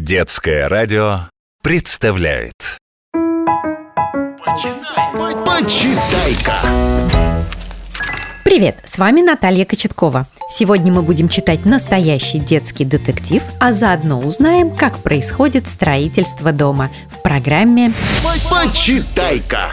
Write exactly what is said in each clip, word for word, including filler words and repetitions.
Детское радио представляет Почитай, почитай-ка. Привет, с вами Наталья Кочеткова. Сегодня мы будем читать настоящий детский детектив, а заодно узнаем, как происходит строительство дома в программе Почитай-ка.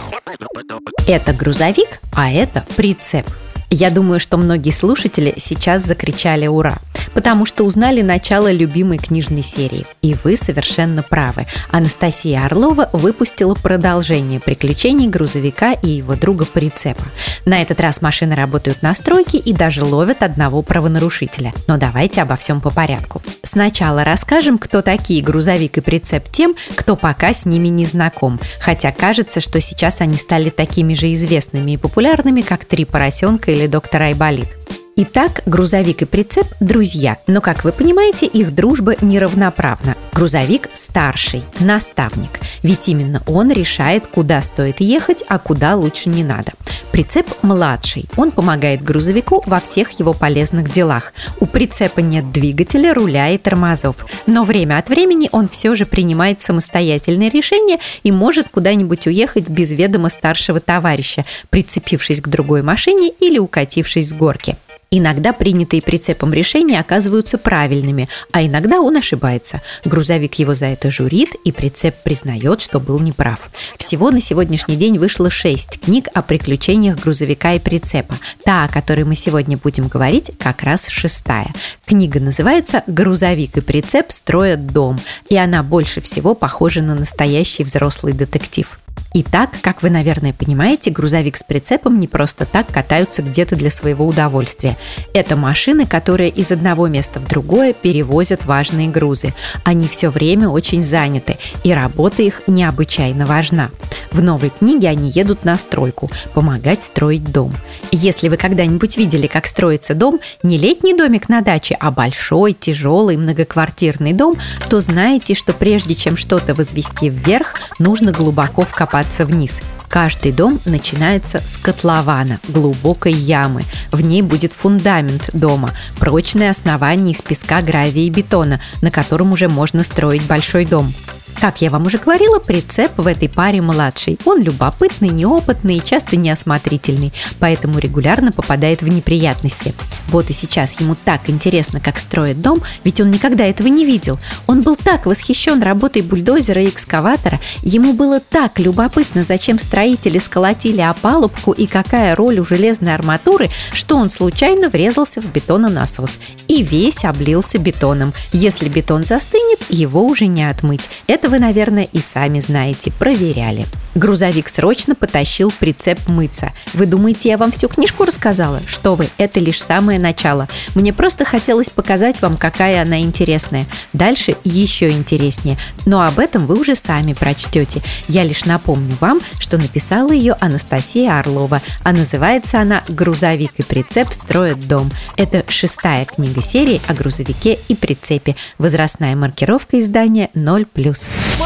«Это грузовик, а это прицеп». Я думаю, что многие слушатели сейчас закричали «Ура!», потому что узнали начало любимой книжной серии. И вы совершенно правы. Анастасия Орлова выпустила продолжение приключений грузовика и его друга прицепа. На этот раз машины работают на стройке и даже ловят одного правонарушителя. Но давайте обо всем по порядку. Сначала расскажем, кто такие грузовик и прицеп тем, кто пока с ними не знаком. Хотя кажется, что сейчас они стали такими же известными и популярными, как «Три поросенка» или «Доктор Айболит». Итак, грузовик и прицеп – друзья, но, как вы понимаете, их дружба неравноправна. Грузовик – старший, наставник, ведь именно он решает, куда стоит ехать, а куда лучше не надо. Прицеп – младший, он помогает грузовику во всех его полезных делах. У прицепа нет двигателя, руля и тормозов, но время от времени он все же принимает самостоятельные решения и может куда-нибудь уехать без ведома старшего товарища, прицепившись к другой машине или укатившись с горки. Иногда принятые прицепом решения оказываются правильными, а иногда он ошибается. Грузовик его за это журит, и прицеп признает, что был неправ. Всего на сегодняшний день вышло шесть книг о приключениях грузовика и прицепа. Та, о которой мы сегодня будем говорить, как раз шестая. Книга называется «Грузовик и прицеп строят дом», и она больше всего похожа на настоящий взрослый детектив. Итак, как вы, наверное, понимаете, грузовик с прицепом не просто так катаются где-то для своего удовольствия. Это машины, которые из одного места в другое перевозят важные грузы. Они все время очень заняты, и работа их необычайно важна. В новой книге они едут на стройку, помогать строить дом. Если вы когда-нибудь видели, как строится дом, не летний домик на даче, а большой, тяжелый, многоквартирный дом, то знаете, что прежде чем что-то возвести вверх, нужно глубоко вкопаться вниз. Каждый дом начинается с котлована, глубокой ямы. В ней будет фундамент дома, прочное основание из песка, гравия и бетона, на котором уже можно строить большой дом. Как я вам уже говорила, прицеп в этой паре младший. Он любопытный, неопытный и часто неосмотрительный, поэтому регулярно попадает в неприятности. Вот и сейчас ему так интересно, как строят дом, ведь он никогда этого не видел. Он был так восхищен работой бульдозера и экскаватора, ему было так любопытно, зачем строители сколотили опалубку и какая роль у железной арматуры, что он случайно врезался в бетононасос и весь облился бетоном. Если бетон застынет, его уже не отмыть. Это вы, наверное, и сами знаете, проверяли. Грузовик срочно потащил прицеп мыться. Вы думаете, я вам всю книжку рассказала? Что вы, это лишь самое начало. Мне просто хотелось показать вам, какая она интересная. Дальше еще интереснее. Но об этом вы уже сами прочтете. Я лишь напомню вам, что написала ее Анастасия Орлова, а называется она «Грузовик и прицеп строят дом». Это шестая книга серии о грузовике и прицепе. Возрастная маркировка издания ноль плюс.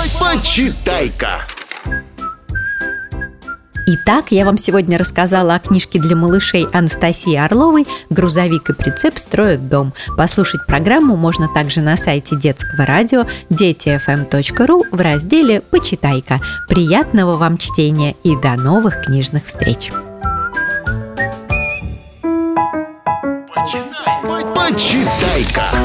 Почитай-ка. Итак, я вам сегодня рассказала о книжке для малышей Анастасии Орловой «Грузовик и прицеп строят дом». Послушать программу можно также на сайте детского радио дети эф эм точка ру в разделе «Почитай-ка». Приятного вам чтения и до новых книжных встреч! Почитай-ка.